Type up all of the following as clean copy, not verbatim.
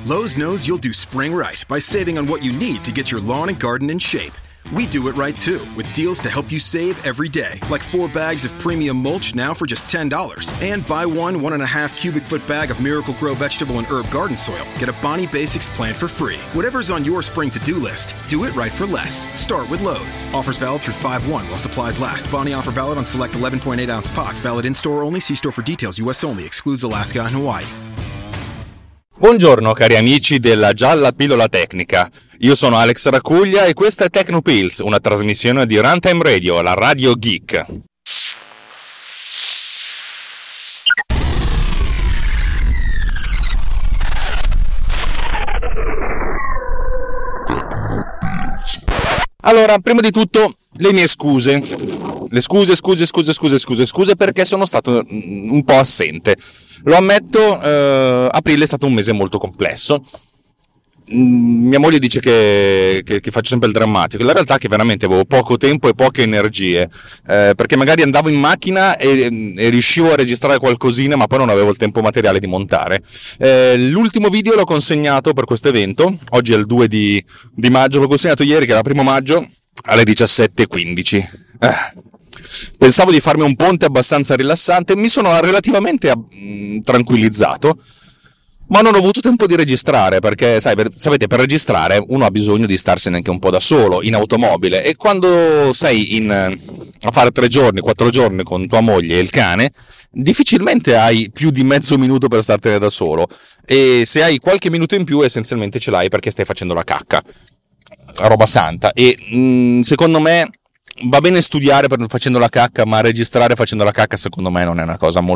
Lowe's knows you'll do spring right by saving on what you need to get your lawn and garden in shape. We do it right too, with deals to help you save every day, like 4 bags of premium mulch now for just $10. And buy 1.5 cubic foot bag of Miracle-Gro vegetable and herb garden soil. Get a Bonnie Basics plant for free. Whatever's on your spring to-do list, do it right for less. Start with Lowe's. Offers valid through 5/1 while supplies last. Bonnie offer valid on select 11.8-ounce pots. Valid in-store only. See store for details. U.S. only. Excludes Alaska and Hawaii. Buongiorno cari amici della Gialla Pillola Tecnica, io sono Alex Racuglia e questa è Tecnopills, una trasmissione di Runtime Radio, la radio geek. Allora, prima di tutto le mie scuse. Le scuse perché sono stato un po' assente. Lo ammetto, aprile è stato un mese molto complesso. Mia moglie dice che faccio sempre il drammatico. La realtà è che veramente avevo poco tempo e poche energie, perché magari andavo in macchina e riuscivo a registrare qualcosina, ma poi non avevo il tempo materiale di montare. L'ultimo video l'ho consegnato per questo evento, oggi è il 2 di maggio, l'ho consegnato ieri che era 1 maggio alle 17:15. Pensavo di farmi un ponte abbastanza rilassante, mi sono relativamente tranquillizzato, ma non ho avuto tempo di registrare perché, sapete, per registrare uno ha bisogno di starsene anche un po' da solo, in automobile, e quando sei a fare 3 giorni, 4 giorni con tua moglie e il cane, difficilmente hai più di mezzo minuto per startene da solo, e se hai qualche minuto in più essenzialmente ce l'hai perché stai facendo la cacca, roba santa, e secondo me va bene studiare facendo la cacca, ma registrare facendo la cacca secondo me non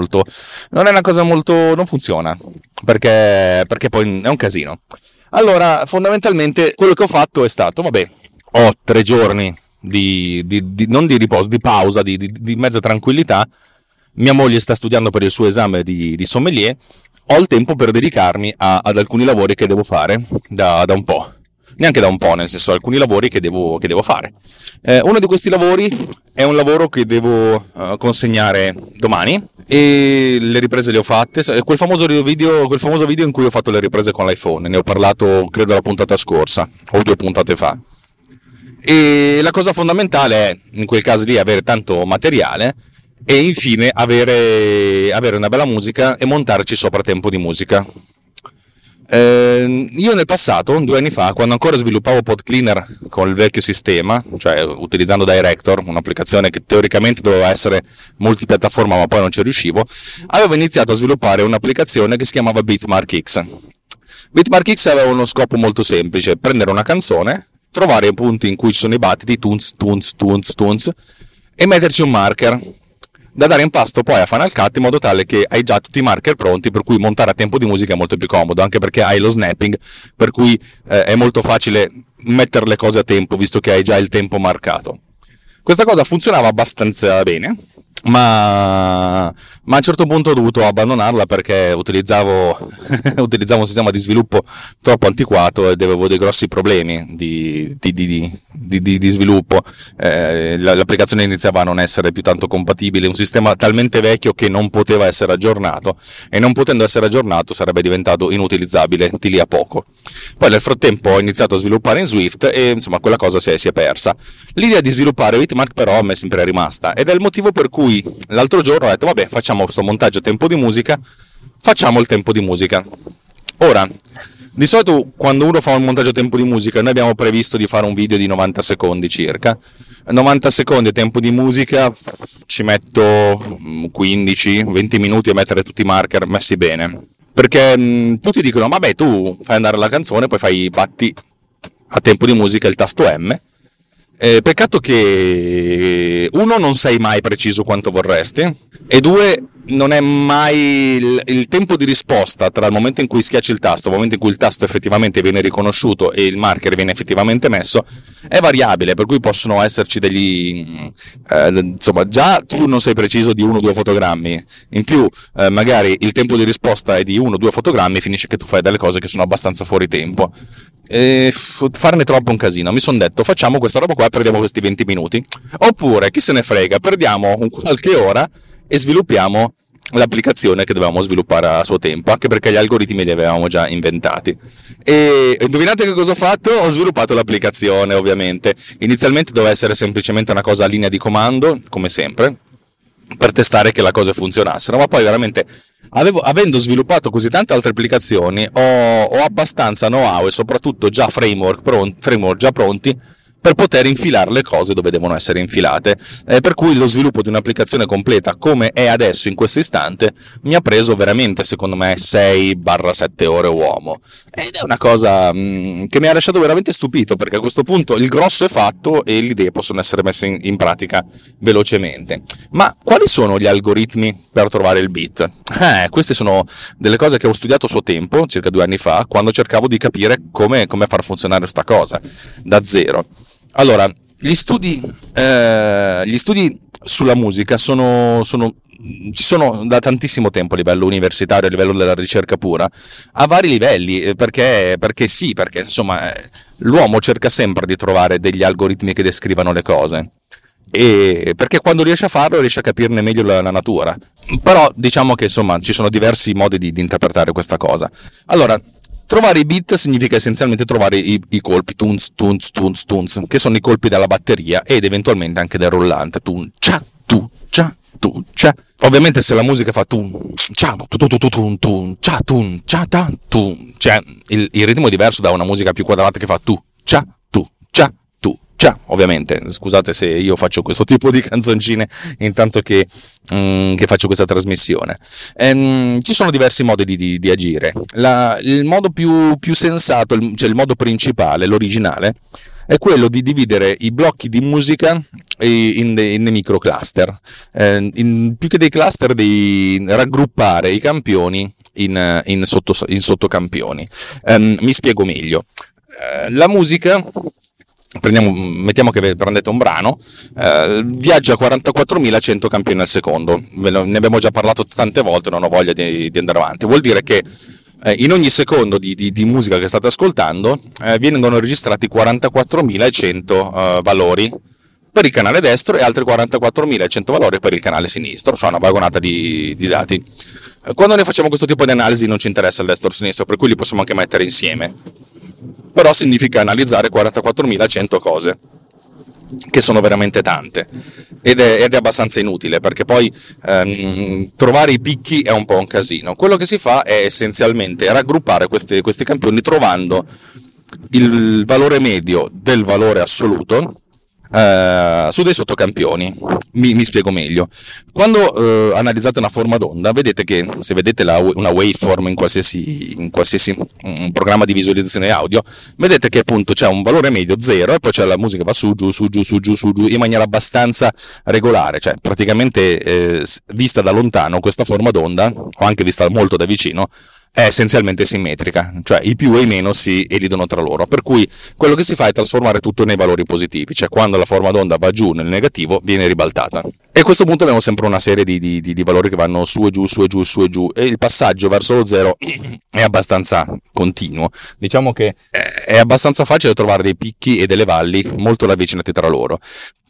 funziona, perché poi è un casino. Allora, fondamentalmente quello che ho fatto è stato, ho 3 giorni non di riposo, di pausa, di mezza tranquillità. Mia moglie sta studiando per il suo esame di sommelier, ho il tempo per dedicarmi ad alcuni lavori che devo fare da un po'. Neanche da un po', nel senso, alcuni lavori che devo fare. Uno di questi lavori è un lavoro che devo consegnare domani, e le riprese le ho fatte. Quel famoso video in cui ho fatto le riprese con l'iPhone, ne ho parlato credo la puntata scorsa o 2 puntate fa. E la cosa fondamentale è, in quel caso lì, avere tanto materiale e infine avere una bella musica e montarci sopra tempo di musica. Io nel passato, 2 anni fa, quando ancora sviluppavo PodCleaner con il vecchio sistema, cioè utilizzando Director, un'applicazione che teoricamente doveva essere multipiattaforma ma poi non ci riuscivo, avevo iniziato a sviluppare un'applicazione che si chiamava Bitmark X. Bitmark X aveva uno scopo molto semplice: prendere una canzone, trovare i punti in cui ci sono i battiti, tunes, e metterci un marker da dare in pasto poi a Final Cut, in modo tale che hai già tutti i marker pronti, per cui montare a tempo di musica è molto più comodo, anche perché hai lo snapping, per cui è molto facile mettere le cose a tempo, visto che hai già il tempo marcato. Questa cosa funzionava abbastanza bene, ma a un certo punto ho dovuto abbandonarla perché utilizzavo un sistema di sviluppo troppo antiquato e avevo dei grossi problemi di sviluppo. L'applicazione iniziava a non essere più tanto compatibile, un sistema talmente vecchio che non poteva essere aggiornato, e non potendo essere aggiornato sarebbe diventato inutilizzabile di lì a poco. Poi nel frattempo ho iniziato a sviluppare in Swift e insomma quella cosa si è persa. L'idea di sviluppare Bitmark però a me è sempre rimasta, ed è il motivo per cui l'altro giorno ho detto facciamo questo montaggio a tempo di musica, facciamo il tempo di musica. Ora, di solito quando uno fa un montaggio a tempo di musica noi abbiamo previsto di fare un video di 90 secondi circa. 90 secondi a tempo di musica ci metto 15-20 minuti a mettere tutti i marker messi bene, perché tutti dicono tu fai andare la canzone, poi fai batti a tempo di musica il tasto M. Peccato che 1 non sei mai preciso quanto vorresti, e 2 non è mai il tempo di risposta tra il momento in cui schiacci il tasto e il momento in cui il tasto effettivamente viene riconosciuto e il marker viene effettivamente messo è variabile, per cui possono esserci degli già tu non sei preciso di 1 o 2 fotogrammi in più, magari il tempo di risposta è di 1 o 2 fotogrammi, finisce che tu fai delle cose che sono abbastanza fuori tempo. Farne troppo un casino. Mi sono detto facciamo questa roba qua e perdiamo questi 20 minuti, oppure chi se ne frega, perdiamo qualche ora e sviluppiamo l'applicazione che dovevamo sviluppare a suo tempo, anche perché gli algoritmi li avevamo già inventati. E indovinate che cosa ho fatto? Ho sviluppato l'applicazione, ovviamente. Inizialmente doveva essere semplicemente una cosa a linea di comando, come sempre, per testare che le cose funzionassero, ma poi veramente avendo sviluppato così tante altre applicazioni ho abbastanza know-how e soprattutto già framework già pronti per poter infilare le cose dove devono essere infilate, per cui lo sviluppo di un'applicazione completa come è adesso in questo istante mi ha preso veramente, secondo me, 6-7 ore uomo, ed è una cosa che mi ha lasciato veramente stupito, perché a questo punto il grosso è fatto e le idee possono essere messe in pratica velocemente. Ma quali sono gli algoritmi per trovare il beat? Queste sono delle cose che ho studiato a suo tempo, circa 2 anni fa, quando cercavo di capire come far funzionare questa cosa da zero. Allora, gli studi sulla musica ci sono da tantissimo tempo a livello universitario, a livello della ricerca pura, a vari livelli, perché insomma l'uomo cerca sempre di trovare degli algoritmi che descrivano le cose, e perché quando riesce a farlo riesce a capirne meglio la natura. Però diciamo che insomma ci sono diversi modi di interpretare questa cosa. Allora, trovare i beat significa essenzialmente trovare i colpi tunz, tunz, tunz, tunz, che sono i colpi della batteria ed eventualmente anche del rullante, tun, cia, tu, cia, tu, cia. Ovviamente se la musica fa tun, cia, tu, tu, tu, tu, tun, tun, cia, tun, cia, ta, tun, cioè il ritmo è diverso da una musica più quadrata che fa tu, cia, tu, cia, tu, cia. Ovviamente, scusate se io faccio questo tipo di canzoncine intanto che faccio questa trasmissione. Ci sono diversi modi di agire. Il modo più sensato, cioè il modo principale, l'originale, è quello di dividere i blocchi di musica in dei microcluster. Più che dei cluster, di raggruppare i campioni in sottocampioni. Mi spiego meglio. La musica, mettiamo che prendete un brano, viaggia a 44.100 campioni al secondo. Ne abbiamo già parlato tante volte, non ho voglia di andare avanti. Vuol dire che in ogni secondo di musica che state ascoltando vengono registrati 44.100 valori per il canale destro e altri 44.100 valori per il canale sinistro, cioè una vagonata di dati. Quando ne facciamo questo tipo di analisi non ci interessa il destro o il sinistro, per cui li possiamo anche mettere insieme. Però significa analizzare 44.100 cose, che sono veramente tante, ed è abbastanza inutile, perché poi trovare i picchi è un po' un casino. Quello che si fa è essenzialmente raggruppare questi campioni trovando il valore medio del valore assoluto su dei sottocampioni. Mi spiego meglio. Quando analizzate una forma d'onda, vedete che, se vedete una waveform in qualsiasi programma di visualizzazione audio, vedete che appunto c'è un valore medio 0 e poi c'è la musica che va su giù su giù su giù su giù in maniera abbastanza regolare, cioè praticamente vista da lontano questa forma d'onda, o anche vista molto da vicino, è essenzialmente simmetrica, cioè i più e i meno si elidono tra loro, per cui quello che si fa è trasformare tutto nei valori positivi, cioè quando la forma d'onda va giù nel negativo viene ribaltata, e a questo punto abbiamo sempre una serie di valori che vanno su e giù, su e giù, su e giù, e il passaggio verso lo zero è abbastanza continuo. Diciamo che è abbastanza facile trovare dei picchi e delle valli molto ravvicinati tra loro,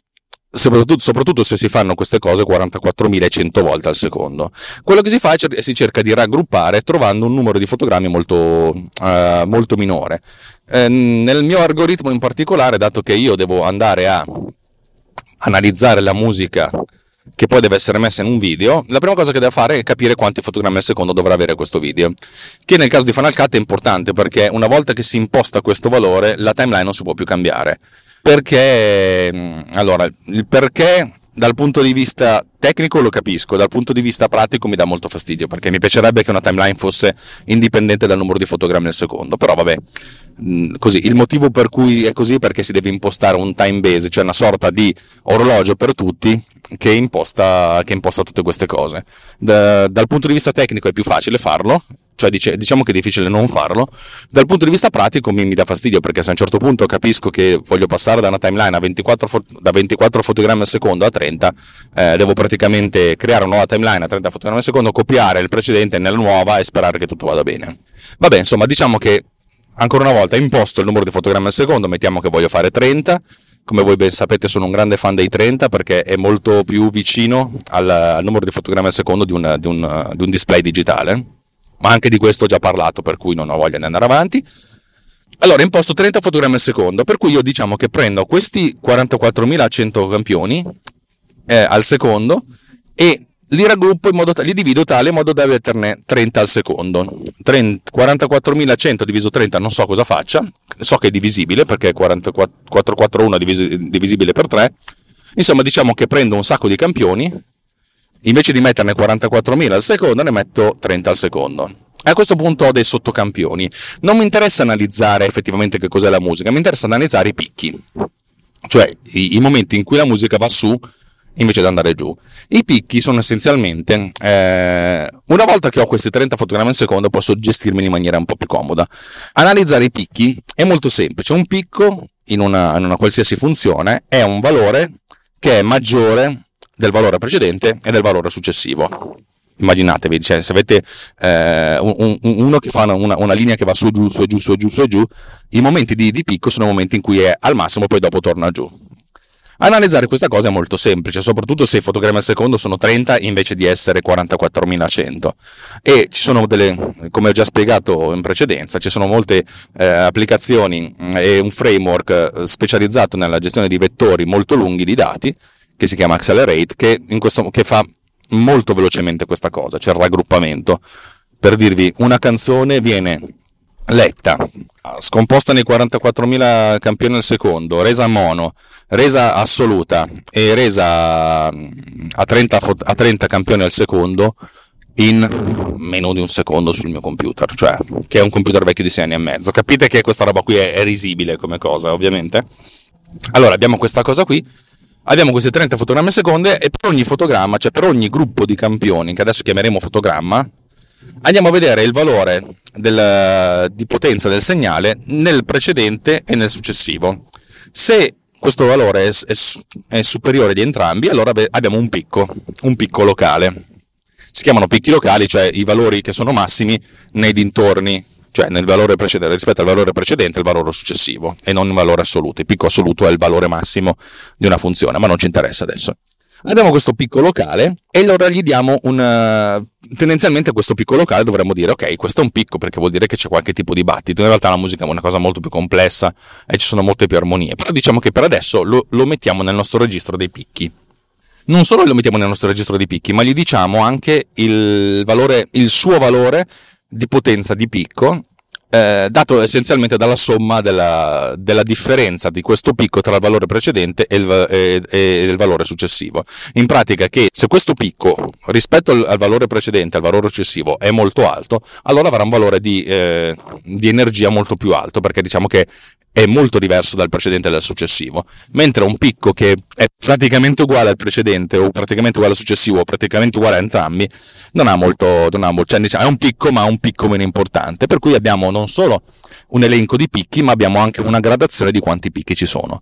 soprattutto se si fanno queste cose 44.100 volte al secondo. Quello che si fa è si cerca di raggruppare trovando un numero di fotogrammi molto minore. Nel mio algoritmo in particolare, dato che io devo andare a analizzare la musica che poi deve essere messa in un video, la prima cosa che devo fare è capire quanti fotogrammi al secondo dovrà avere questo video, che nel caso di Final Cut è importante, perché una volta che si imposta questo valore la timeline non si può più cambiare. Perché, allora, il perché dal punto di vista tecnico lo capisco, dal punto di vista pratico mi dà molto fastidio, perché mi piacerebbe che una timeline fosse indipendente dal numero di fotogrammi al secondo, però vabbè, così. Il motivo per cui è così è perché si deve impostare un time base, cioè una sorta di orologio per tutti che imposta tutte queste cose. Dal punto di vista tecnico è più facile farlo, cioè diciamo che è difficile non farlo. Dal punto di vista pratico mi dà fastidio, perché se a un certo punto capisco che voglio passare da una timeline da 24 fotogrammi al secondo a 30, devo praticamente creare una nuova timeline a 30 fotogrammi al secondo, copiare il precedente nella nuova e sperare che tutto vada bene. Vabbè, insomma, diciamo che ancora una volta imposto il numero di fotogrammi al secondo, mettiamo che voglio fare 30, come voi ben sapete sono un grande fan dei 30 perché è molto più vicino al numero di fotogrammi al secondo di un display digitale, ma anche di questo ho già parlato, per cui non ho voglia di andare avanti. Allora imposto 30 fotogrammi al secondo, per cui io diciamo che prendo questi 44.100 campioni al secondo e li raggruppo li divido tale in modo da averne 30 al secondo. 44.100 diviso 30 non so cosa faccia, so che è divisibile perché 441 è divisibile per 3. Insomma, diciamo che prendo un sacco di campioni, invece di metterne 44.000 al secondo ne metto 30 al secondo. A questo punto ho dei sottocampioni. Non mi interessa analizzare effettivamente che cos'è la musica, mi interessa analizzare i picchi, cioè i momenti in cui la musica va su invece di andare giù. I picchi sono essenzialmente, una volta che ho questi 30 fotogrammi al secondo posso gestirmeli in maniera un po' più comoda. Analizzare i picchi è molto semplice. Un picco in una qualsiasi funzione è un valore che è maggiore del valore precedente e del valore successivo. Immaginatevi, cioè, se avete uno che fa una linea che va su giù, su e giù, su e giù, su e giù, i momenti di picco sono i momenti in cui è al massimo e poi dopo torna giù. Analizzare questa cosa è molto semplice, soprattutto se i fotogrammi al secondo sono 30 invece di essere 44.100. E ci sono come ho già spiegato in precedenza, ci sono molte applicazioni e un framework specializzato nella gestione di vettori molto lunghi di dati, che si chiama Accelerate, che fa molto velocemente questa cosa, cioè il raggruppamento. Per dirvi, una canzone viene letta, scomposta nei 44.000 campioni al secondo, resa mono, resa assoluta e resa a 30 campioni al secondo in meno di un secondo sul mio computer, cioè che è un computer vecchio di 6 anni e mezzo. Capite che questa roba qui è risibile come cosa, ovviamente. Allora abbiamo questa cosa qui, abbiamo questi 30 fotogrammi al secondo e per ogni fotogramma, cioè per ogni gruppo di campioni che adesso chiameremo fotogramma, andiamo a vedere il valore di potenza del segnale nel precedente e nel successivo. Se questo valore è superiore di entrambi, allora abbiamo un picco locale. Si chiamano picchi locali, cioè i valori che sono massimi nei dintorni, cioè nel valore precedente, rispetto al valore precedente e al valore successivo, e non il valore assoluto. Il picco assoluto è il valore massimo di una funzione, ma non ci interessa adesso. Abbiamo questo picco locale e allora gli diamo tendenzialmente a questo picco locale dovremmo dire ok, questo è un picco perché vuol dire che c'è qualche tipo di battito. In realtà la musica è una cosa molto più complessa e ci sono molte più armonie, però diciamo che per adesso lo mettiamo nel nostro registro dei picchi. Non solo lo mettiamo nel nostro registro dei picchi, ma gli diciamo anche il suo valore di potenza di picco, dato essenzialmente dalla somma della differenza di questo picco tra il valore precedente e il valore successivo. In pratica, che se questo picco rispetto al valore precedente al valore successivo è molto alto, allora avrà un valore di energia molto più alto, perché diciamo che è molto diverso dal precedente e dal successivo, mentre un picco che è praticamente uguale al precedente o praticamente uguale al successivo o praticamente uguale a entrambi non ha molto, cioè diciamo, è un picco ma un picco meno importante, per cui abbiamo non solo un elenco di picchi ma abbiamo anche una gradazione di quanti picchi ci sono.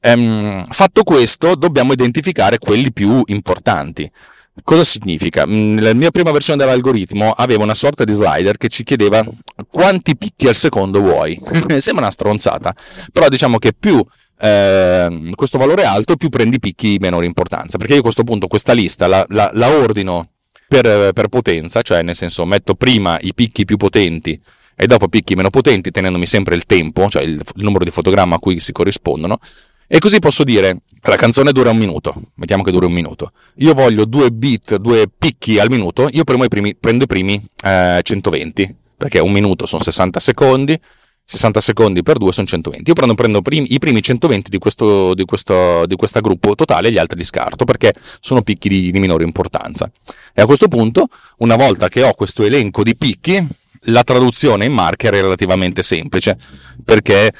Fatto questo, dobbiamo identificare quelli più importanti. Cosa significa? La mia prima versione dell'algoritmo aveva una sorta di slider che ci chiedeva quanti picchi al secondo vuoi. Sembra una stronzata, però diciamo che più questo valore è alto, più prendi picchi di minore importanza, perché io a questo punto questa lista la ordino per potenza, cioè nel senso metto prima i picchi più potenti e dopo picchi meno potenti, tenendomi sempre il tempo, cioè il numero di fotogramma a cui si corrispondono. E così posso dire, la canzone dura un minuto, mettiamo che dura un minuto, io voglio 2 picchi al minuto, io prendo i primi 120, perché un minuto sono 60 secondi, 60 secondi per 2 sono 120, io prendo i primi 120 di questa gruppo totale e gli altri li scarto, perché sono picchi di minore importanza. E a questo punto, una volta che ho questo elenco di picchi, la traduzione in marker è relativamente semplice, perché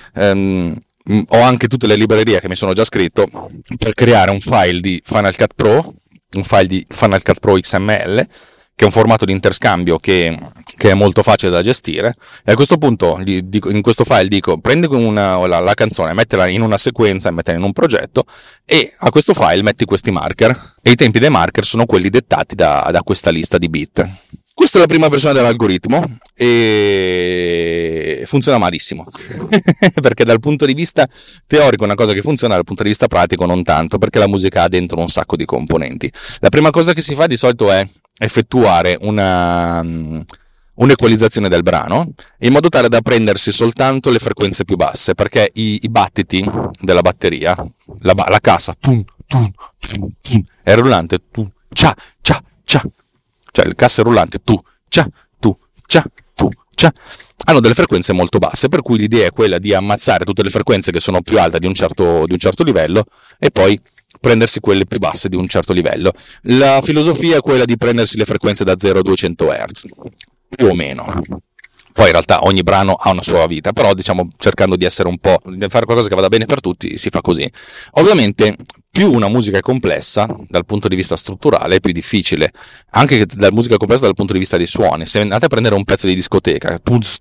ho anche tutte le librerie che mi sono già scritto per creare un file di Final Cut Pro, un file di Final Cut Pro XML, che è un formato di interscambio che è molto facile da gestire. E a questo punto in questo file dico prendi la canzone, mettila in una sequenza e mettila in un progetto, e a questo file metti questi marker, e i tempi dei marker sono quelli dettati da questa lista di bit. Questa è la prima versione dell'algoritmo e funziona malissimo, perché dal punto di vista teorico è una cosa che funziona, dal punto di vista pratico non tanto, perché la musica ha dentro un sacco di componenti. La prima cosa che si fa di solito è effettuare un'equalizzazione del brano, in modo tale da prendersi soltanto le frequenze più basse, perché i battiti della batteria, la cassa, tum, tum, tum, tum, è rullante, tu, cia, cia, cia, cioè il cassa è rullante, tu, cia, tu, cia, tu, cia, hanno delle frequenze molto basse, per cui l'idea è quella di ammazzare tutte le frequenze che sono più alte di un certo livello e poi prendersi quelle più basse di un certo livello. La filosofia è quella di prendersi le frequenze da 0 a 200 Hz, più o meno. Poi in realtà ogni brano ha una sua vita, però diciamo cercando di essere di fare qualcosa che vada bene per tutti, si fa così. Ovviamente più una musica è complessa dal punto di vista strutturale è più difficile, anche la musica è complessa dal punto di vista dei suoni. Se andate a prendere un pezzo di discoteca,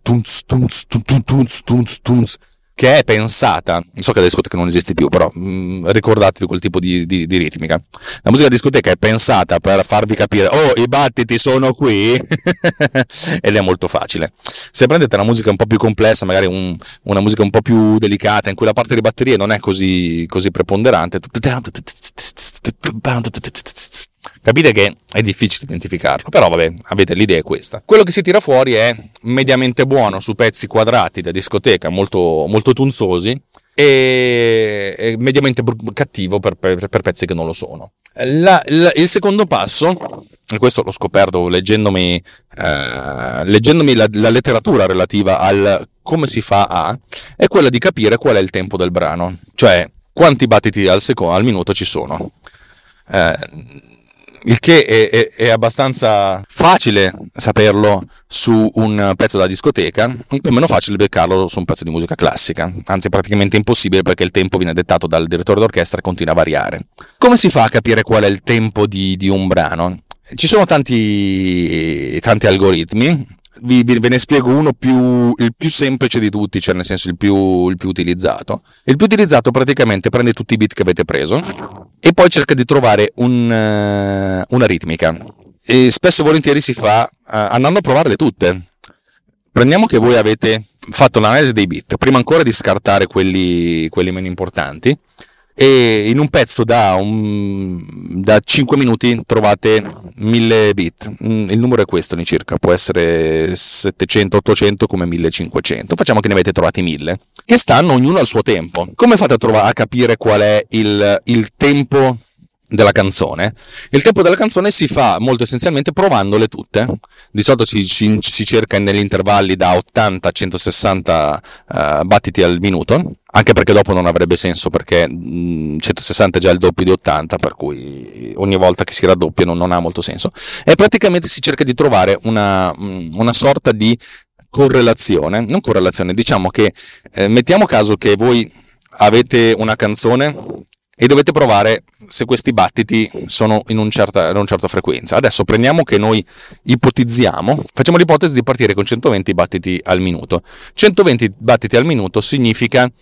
che è pensata, so che la discoteca non esiste più, però ricordatevi quel tipo di ritmica. La musica discoteca è pensata per farvi capire, oh, i battiti sono qui, ed è molto facile. Se prendete una musica un po' più complessa, magari una musica un po' più delicata, in cui la parte di batterie non è così preponderante, capite che è difficile identificarlo, però vabbè, avete l'idea è questa. Quello che si tira fuori è mediamente buono su pezzi quadrati da discoteca, molto, molto tunzosi, e mediamente cattivo per pezzi che non lo sono. Il secondo passo, e questo l'ho scoperto leggendomi la letteratura relativa al come si fa è quella di capire qual è il tempo del brano, cioè quanti battiti al minuto ci sono. Il che è abbastanza facile saperlo su un pezzo da discoteca, un po' meno facile beccarlo su un pezzo di musica classica, anzi praticamente impossibile, perché il tempo viene dettato dal direttore d'orchestra e continua a variare. Come si fa a capire qual è il tempo di un brano? Ci sono tanti algoritmi. Ve ne spiego uno il più semplice di tutti, cioè nel senso il più utilizzato. Il più utilizzato praticamente prende tutti i beat che avete preso e poi cerca di trovare una ritmica. E spesso e volentieri si fa andando a provarle tutte. Prendiamo che voi avete fatto l'analisi dei beat, prima ancora di scartare quelli meno importanti, e in un pezzo da 5 minuti trovate 1000 beat. Il numero è questo all'incirca, può essere 700, 800 come 1500. Facciamo che ne avete trovati 1000 che stanno ognuno al suo tempo. Come fate a capire qual è il tempo della canzone? Il tempo della canzone si fa molto essenzialmente provandole tutte. Di solito si cerca negli intervalli da 80 a 160 battiti al minuto, anche perché dopo non avrebbe senso, perché 160 è già il doppio di 80, per cui ogni volta che si raddoppia non ha molto senso, e praticamente si cerca di trovare una sorta di correlazione, non correlazione, diciamo che mettiamo caso che voi avete una canzone e dovete provare se questi battiti sono in una certa frequenza. Adesso prendiamo che noi facciamo l'ipotesi di partire con 120 battiti al minuto. 120 battiti al minuto significa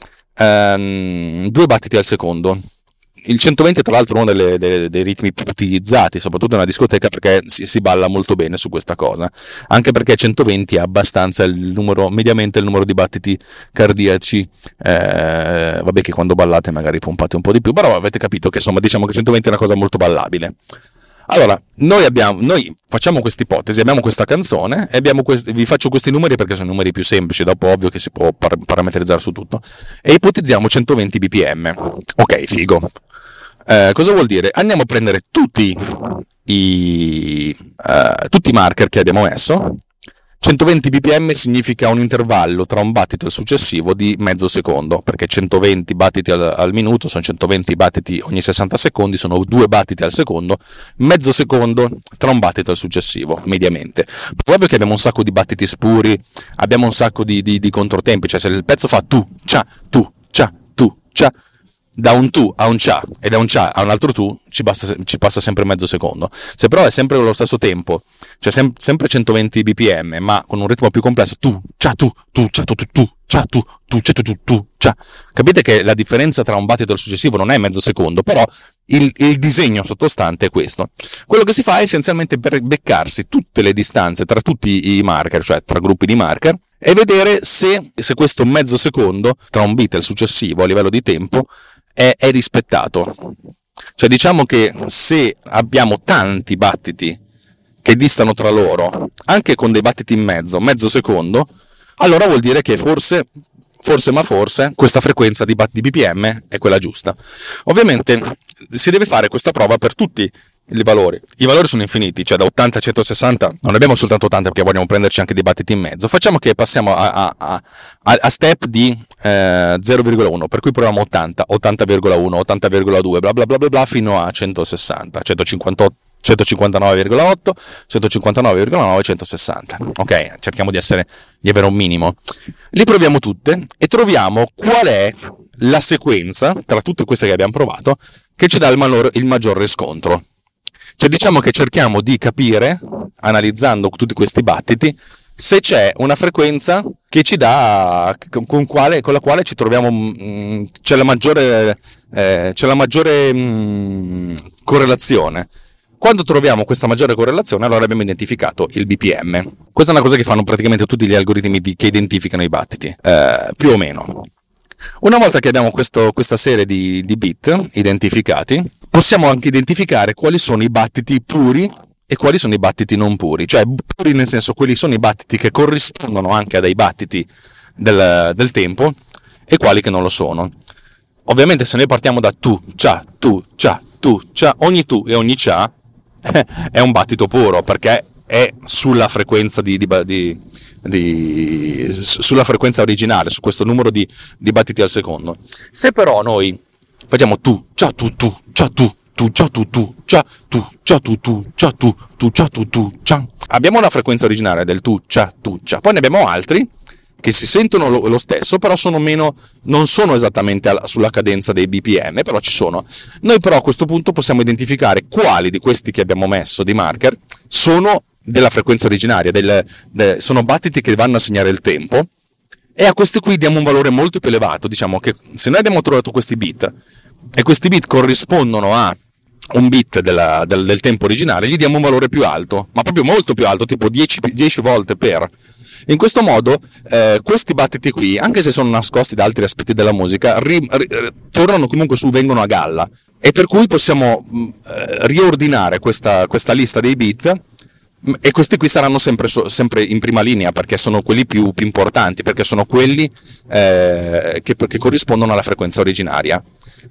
2 battiti al secondo. Il 120 tra l'altro è uno dei ritmi più utilizzati, soprattutto nella discoteca, perché si balla molto bene su questa cosa, anche perché 120 è abbastanza mediamente il numero di battiti cardiaci, vabbè che quando ballate magari pompate un po' di più, però avete capito che insomma diciamo che 120 è una cosa molto ballabile. Allora, noi facciamo questa ipotesi, abbiamo questa canzone e vi faccio questi numeri perché sono numeri più semplici, dopo ovvio che si può parametrizzare su tutto, e ipotizziamo 120 bpm. Ok, figo. Cosa vuol dire? Andiamo a prendere tutti i marker che abbiamo messo. 120 bpm significa un intervallo tra un battito e il successivo di mezzo secondo, perché 120 battiti al minuto sono 120 battiti ogni 60 secondi, sono 2 battiti al secondo, mezzo secondo tra un battito e il successivo, mediamente. Poi ovvio che abbiamo un sacco di battiti spuri, abbiamo un sacco di controtempi, cioè se il pezzo fa tu, cia, da un tu a un cia e da un cia a un altro tu ci passa sempre mezzo secondo. Se però è sempre lo stesso tempo, cioè sempre 120 bpm, ma con un ritmo più complesso, tu, cia, tu, cia, tu, cia, tu, cia, tu, cia. Capite che la differenza tra un battito e il successivo non è mezzo secondo, però il disegno sottostante è questo. Quello che si fa è essenzialmente per beccarsi tutte le distanze tra tutti i marker, cioè tra gruppi di marker, e vedere se questo mezzo secondo tra un bit e il successivo a livello di tempo è rispettato. Cioè diciamo che se abbiamo tanti battiti che distano tra loro, anche con dei battiti in mezzo secondo, allora vuol dire che forse questa frequenza di BPM è quella giusta. Ovviamente si deve fare questa prova per tutti i valori. I valori sono infiniti, cioè da 80 a 160 non abbiamo soltanto 80 perché vogliamo prenderci anche dei battiti in mezzo. Facciamo che passiamo a step di 0,1, per cui proviamo 80, 80,1, 80,2, bla bla bla bla bla fino a 160, 158, 159,8, 159,9, 160. Ok, cerchiamo di avere un minimo. Li proviamo tutte e troviamo qual è la sequenza tra tutte queste che abbiamo provato che ci dà il maggior riscontro. Cioè diciamo che cerchiamo di capire, analizzando tutti questi battiti, se c'è una frequenza che ci dà, con la quale ci troviamo, c'è la maggiore correlazione. Quando troviamo questa maggiore correlazione, allora abbiamo identificato il BPM. Questa è una cosa che fanno praticamente tutti gli algoritmi che identificano i battiti, più o meno. Una volta che abbiamo questa serie di bit identificati, possiamo anche identificare quali sono i battiti puri e quali sono i battiti non puri. Cioè puri nel senso, quelli sono i battiti che corrispondono anche a dei battiti del tempo e quali che non lo sono. Ovviamente se noi partiamo da tu, cia, ogni tu e ogni cia è un battito puro, perché è sulla frequenza sulla frequenza originale, su questo numero di battiti al secondo. Se però noi facciamo tu, cia, tu, cia, tu, cia, tu, cia, tu, cia, tu, cia, tu, cia, tu, cia, abbiamo la frequenza originale del tu, cia, poi ne abbiamo altri che si sentono lo stesso, però non sono esattamente sulla cadenza dei BPM, però ci sono. Noi però a questo punto possiamo identificare quali di questi che abbiamo messo di marker sono della frequenza originaria, sono battiti che vanno a segnare il tempo, e a questi qui diamo un valore molto più elevato. Diciamo che se noi abbiamo trovato questi bit e questi bit corrispondono a un bit del tempo originale, gli diamo un valore più alto, ma proprio molto più alto, tipo 10 volte per. In questo modo questi battiti qui, anche se sono nascosti da altri aspetti della musica, tornano comunque su, vengono a galla, e per cui possiamo riordinare questa lista dei bit, e questi qui saranno sempre in prima linea, perché sono quelli più importanti, perché sono quelli che corrispondono alla frequenza originaria,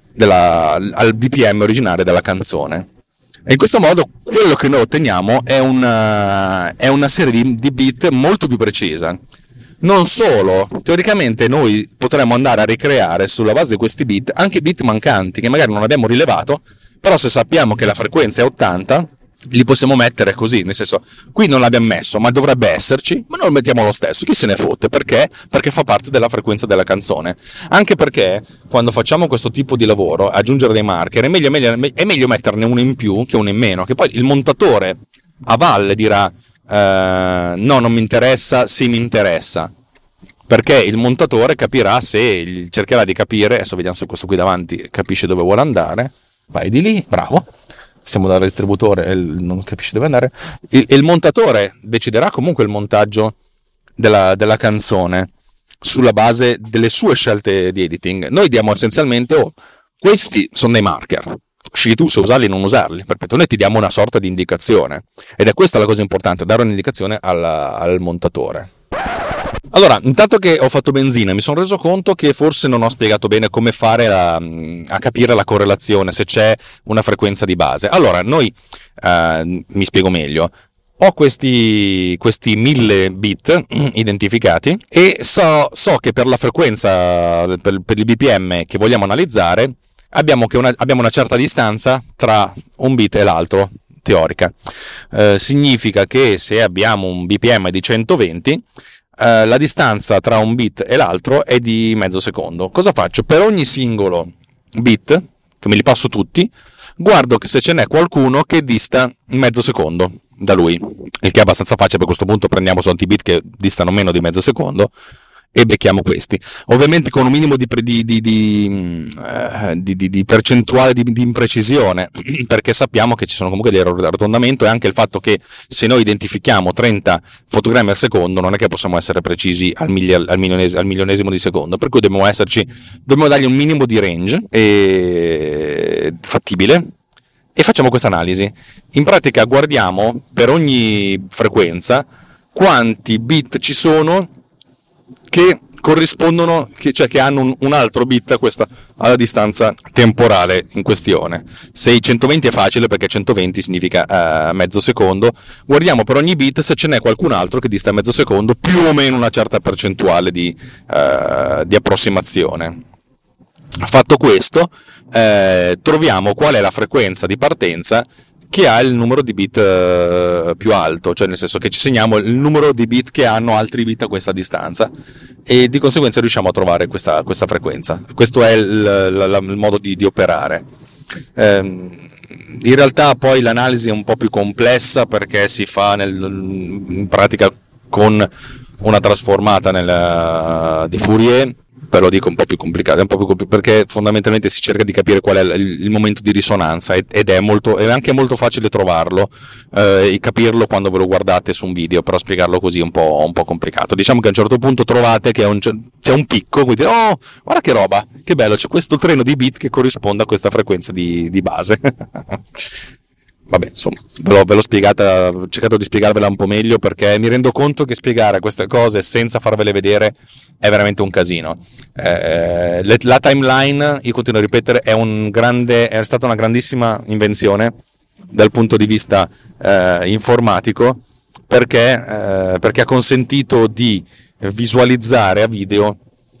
al BPM originario della canzone. E in questo modo quello che noi otteniamo è una serie di bit molto più precisa. Non solo, teoricamente noi potremmo andare a ricreare sulla base di questi bit anche bit mancanti che magari non abbiamo rilevato, però se sappiamo che la frequenza è 80, li possiamo mettere così, nel senso, qui non l'abbiamo messo, ma dovrebbe esserci, ma noi lo mettiamo lo stesso, chi se ne fotte, perché? Perché fa parte della frequenza della canzone. Anche perché quando facciamo questo tipo di lavoro, aggiungere dei marker, è meglio metterne uno in più che uno in meno, che poi il montatore a valle dirà no, non mi interessa, sì mi interessa, perché il montatore capirà, cercherà di capire. Adesso vediamo se questo qui davanti capisce dove vuole andare. Vai di lì, bravo. Siamo dal distributore e non capisce dove andare. Il montatore deciderà comunque il montaggio della canzone sulla base delle sue scelte di editing. Noi diamo essenzialmente questi sono dei marker, scegli tu se usarli o non usarli, perfetto. Noi ti diamo una sorta di indicazione, ed è questa la cosa importante, dare un'indicazione al montatore. Allora, intanto che ho fatto benzina, mi sono reso conto che forse non ho spiegato bene come fare a capire la correlazione, se c'è una frequenza di base. Allora, mi spiego meglio. Ho questi 1000 bit identificati e so che per la frequenza, per il BPM che vogliamo analizzare, abbiamo una certa distanza tra un bit e l'altro, teorica. Significa che se abbiamo un BPM di 120, la distanza tra un bit e l'altro è di mezzo secondo. Cosa faccio? Per ogni singolo bit, che me li passo tutti, guardo che se ce n'è qualcuno che dista mezzo secondo da lui, il che è abbastanza facile. Per questo punto prendiamo soltanto i bit che distano meno di mezzo secondo e becchiamo questi, ovviamente con un minimo di percentuale di imprecisione, perché sappiamo che ci sono comunque degli errori di arrotondamento, e anche il fatto che se noi identifichiamo 30 fotogrammi al secondo non è che possiamo essere precisi al milionesimo di secondo, per cui dobbiamo dargli un minimo di range fattibile, e facciamo questa analisi. In pratica guardiamo per ogni frequenza quanti bit ci sono che corrispondono, cioè che hanno un altro bit alla distanza temporale in questione. Se i 120 è facile perché 120 significa mezzo secondo, guardiamo per ogni bit se ce n'è qualcun altro che dista mezzo secondo, più o meno una certa percentuale di approssimazione. Fatto questo, troviamo qual è la frequenza di partenza che ha il numero di bit più alto, cioè nel senso che ci segniamo il numero di bit che hanno altri bit a questa distanza, e di conseguenza riusciamo a trovare questa frequenza. Questo è il modo di operare. In realtà poi l'analisi è un po' più complessa, perché si fa in pratica con una trasformata di Fourier. Ve lo dico, un po' più complicato, perché fondamentalmente si cerca di capire qual è il momento di risonanza, ed è anche molto facile trovarlo e capirlo quando ve lo guardate su un video, però spiegarlo così è un po' complicato. Diciamo che a un certo punto trovate che c'è un picco, quindi oh, guarda che roba, che bello, c'è questo treno di bit che corrisponde a questa frequenza di base. Vabbè, insomma, ve l'ho spiegata, ho cercato di spiegarvela un po' meglio, perché mi rendo conto che spiegare queste cose senza farvele vedere è veramente un casino. La timeline, io continuo a ripetere, è stata una grandissima invenzione dal punto di vista informatico, perché ha consentito di visualizzare a video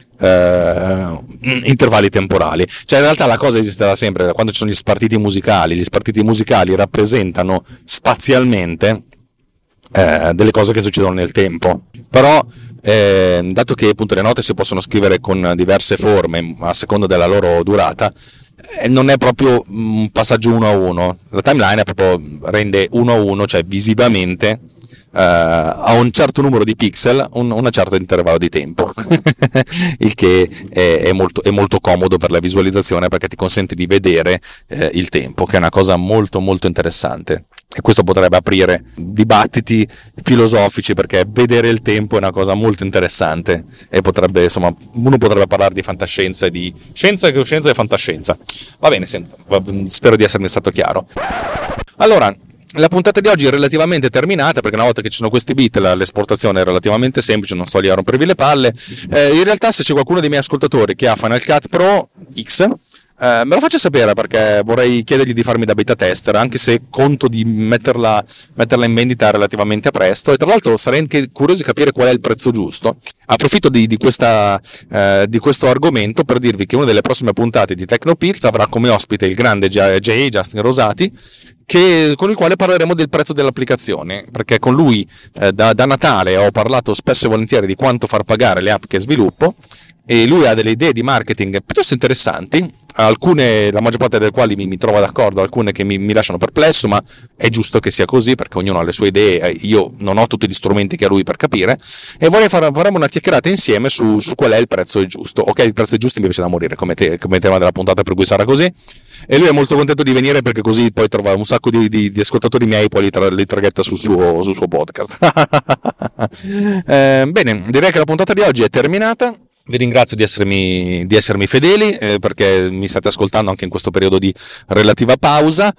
intervalli temporali. Cioè in realtà la cosa esiste da sempre, quando ci sono gli spartiti musicali rappresentano spazialmente delle cose che succedono nel tempo, però dato che appunto le note si possono scrivere con diverse forme a seconda della loro durata, non è proprio un passaggio uno a uno. La timeline rende uno a uno, cioè visivamente a un certo numero di pixel un certo intervallo di tempo il che è molto comodo per la visualizzazione, perché ti consente di vedere il tempo, che è una cosa molto molto interessante, e questo potrebbe aprire dibattiti filosofici, perché vedere il tempo è una cosa molto interessante, e uno potrebbe parlare di fantascienza, di scienza e fantascienza. Va bene, spero di essermi stato chiaro. Allora, la puntata di oggi è relativamente terminata, perché una volta che ci sono questi bit l'esportazione è relativamente semplice, non sto lì a rompervi le palle. In realtà, se c'è qualcuno dei miei ascoltatori che ha Final Cut Pro X, me lo faccia sapere, perché vorrei chiedergli di farmi da beta tester, anche se conto di metterla in vendita relativamente a presto, e tra l'altro sarei anche curioso di capire qual è il prezzo giusto. Approfitto di questo argomento per dirvi che una delle prossime puntate di Tecnopills avrà come ospite il grande Justin Rosati, con il quale parleremo del prezzo dell'applicazione, perché con lui da Natale ho parlato spesso e volentieri di quanto far pagare le app che sviluppo, e lui ha delle idee di marketing piuttosto interessanti, alcune, la maggior parte delle quali mi trova d'accordo, alcune che mi lasciano perplesso, ma è giusto che sia così, perché ognuno ha le sue idee, io non ho tutti gli strumenti che ha lui per capire, e faremo una chiacchierata insieme su qual è il prezzo giusto. Ok, il prezzo giusto mi piace da morire come tema della puntata, per cui sarà così, e lui è molto contento di venire, perché così poi trova un sacco di ascoltatori miei, poi li traghetta sul suo podcast. Bene, direi che la puntata di oggi è terminata. Vi ringrazio di essermi fedeli, perché mi state ascoltando anche in questo periodo di relativa pausa.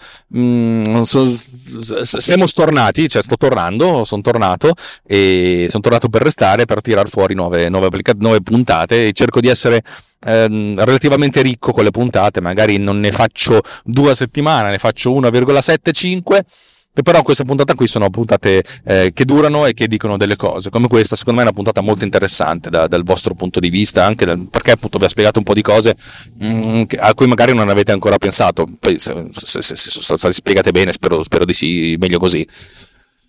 Siamo tornati, cioè sono tornato per restare, per tirar fuori nuove puntate, e cerco di essere relativamente ricco con le puntate. Magari non ne faccio 2 a settimana, ne faccio 1,75, però questa puntata qui sono puntate che durano e che dicono delle cose, come questa. Secondo me è una puntata molto interessante dal vostro punto di vista, anche perché appunto vi ho spiegato un po' di cose a cui magari non avete ancora pensato. Poi se sono state spiegate bene, spero di sì, meglio così.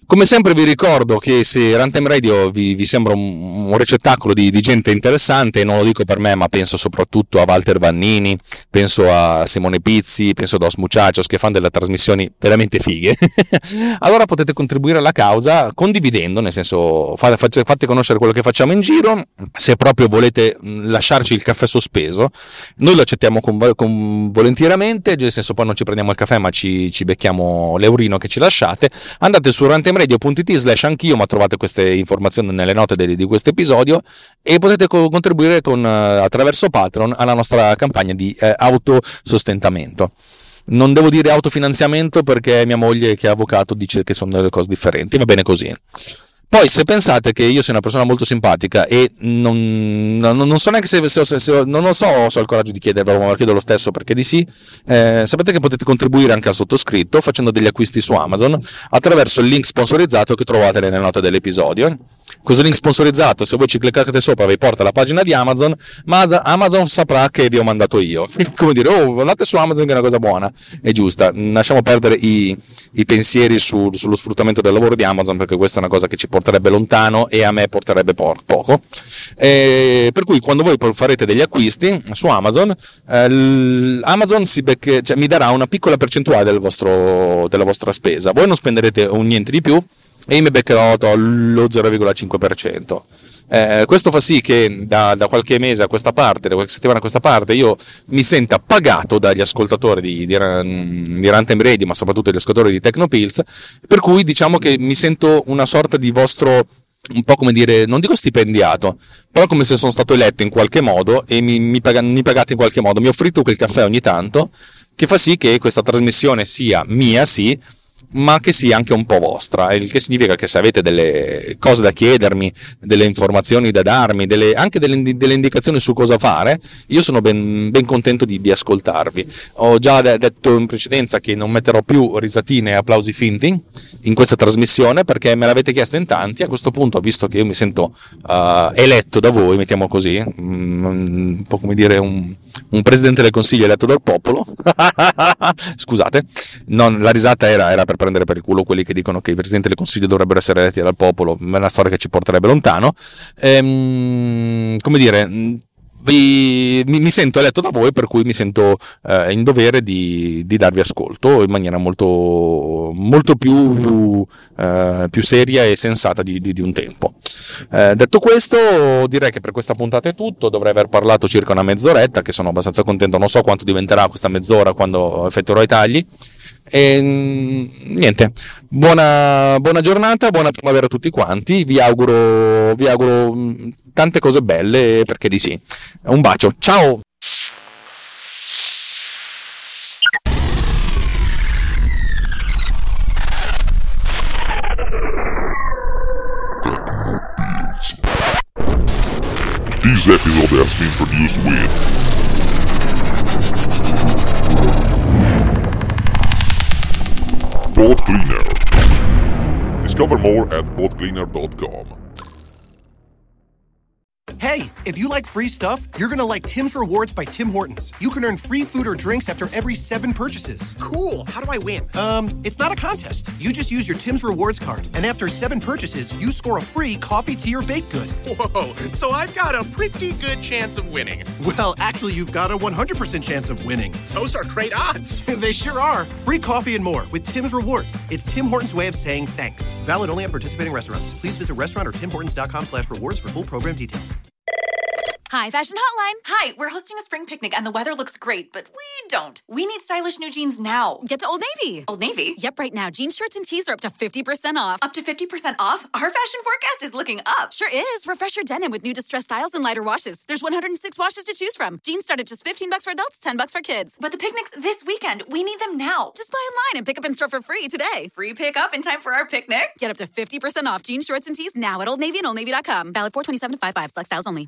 Come sempre vi ricordo che se Runtime Radio vi sembra un ricettacolo di gente interessante, non lo dico per me, ma penso soprattutto a Walter Vannini, penso a Simone Pizzi, penso ad Os Muchachos, che fanno delle trasmissioni veramente fighe, allora potete contribuire alla causa condividendo, nel senso fate conoscere quello che facciamo in giro. Se proprio volete lasciarci il caffè sospeso, noi lo accettiamo volentieramente, nel senso poi non ci prendiamo il caffè ma ci becchiamo l'eurino che ci lasciate. Andate su runtimeradio.it/anch'io, ma trovate queste informazioni nelle note di questo episodio, e potete contribuire attraverso Patreon alla nostra campagna di autosostentamento. Non devo dire autofinanziamento perché mia moglie, che è avvocato, dice che sono delle cose differenti, va bene così. Poi, se pensate che io sia una persona molto simpatica e non so neanche se non lo so se ho il coraggio di chiedervelo, ma lo chiedo lo stesso perché di sì, sapete che potete contribuire anche al sottoscritto facendo degli acquisti su Amazon attraverso il link sponsorizzato che trovate nelle note dell'episodio. Questo link sponsorizzato, se voi ci cliccate sopra, vi porta alla pagina di Amazon, ma Amazon saprà che vi ho mandato io. Come dire, andate su Amazon che è una cosa buona e giusta. Lasciamo perdere i pensieri sullo sfruttamento del lavoro di Amazon, perché questa è una cosa che ci porterebbe lontano e a me porterebbe poco. Per cui quando voi farete degli acquisti su Amazon, Amazon mi darà una piccola percentuale della vostra spesa. Voi non spenderete un niente di più e io mi beccherò lo 0,5%. Questo fa sì che da qualche mese a questa parte, da qualche settimana a questa parte, io mi senta pagato dagli ascoltatori di Runtime Radio, ma soprattutto dagli ascoltatori di Tecnopills, per cui diciamo che mi sento una sorta di vostro, un po' come dire, non dico stipendiato, però come se sono stato eletto in qualche modo e mi pagate in qualche modo, mi offrite quel caffè ogni tanto, che fa sì che questa trasmissione sia mia, sì, ma che sia anche un po' vostra, il che significa che se avete delle cose da chiedermi, delle informazioni da darmi, anche delle indicazioni su cosa fare, io sono ben contento di ascoltarvi. Ho già detto in precedenza che non metterò più risatine e applausi finti in questa trasmissione perché me l'avete chiesto in tanti. A questo punto, visto che io mi sento eletto da voi, mettiamo così, un po' come dire un presidente del consiglio eletto dal popolo, scusate, la risata era per prendere per il culo quelli che dicono che i presidenti del consiglio dovrebbero essere eletti dal popolo, è una storia che ci porterebbe lontano. Come dire, mi sento eletto da voi, per cui mi sento in dovere di darvi ascolto in maniera molto, molto più seria e sensata di un tempo. Detto questo, direi che per questa puntata è tutto. Dovrei aver parlato circa una mezz'oretta, che sono abbastanza contento. Non so quanto diventerà questa mezz'ora quando effettuerò i tagli. E niente, buona giornata, buona primavera a tutti quanti. Vi auguro tante cose belle, perché di sì. Un bacio, ciao. This episode has been produced with Pod Cleaner. Discover more at podcleaner.com. Hey, if you like free stuff, you're gonna like Tim's Rewards by Tim Hortons. You can earn free food or drinks after every 7 purchases. Cool. How do I win? It's not a contest. You just use your Tim's Rewards card, and after 7 purchases, you score a free coffee, tea, or baked good. Whoa, so I've got a pretty good chance of winning. Well, actually, you've got a 100% chance of winning. Those are great odds. They sure are. Free coffee and more with Tim's Rewards. It's Tim Hortons' way of saying thanks. Valid only at participating restaurants. Please visit restaurant or timhortons.com/rewards for full program details. Hi, Fashion Hotline. Hi, we're hosting a spring picnic and the weather looks great, but we don't. We need stylish new jeans now. Get to Old Navy. Old Navy? Yep, right now. Jeans, shirts, and tees are up to 50% off. Up to 50% off? Our fashion forecast is looking up. Sure is. Refresh your denim with new distressed styles and lighter washes. There's 106 washes to choose from. Jeans start at just $15 for adults, $10 for kids. But the picnic's this weekend. We need them now. Just buy online and pick up in store for free today. Free pickup in time for our picnic? Get up to 50% off jeans, shorts, and tees now at Old Navy and OldNavy.com. Valid 4/27/55. Select styles only.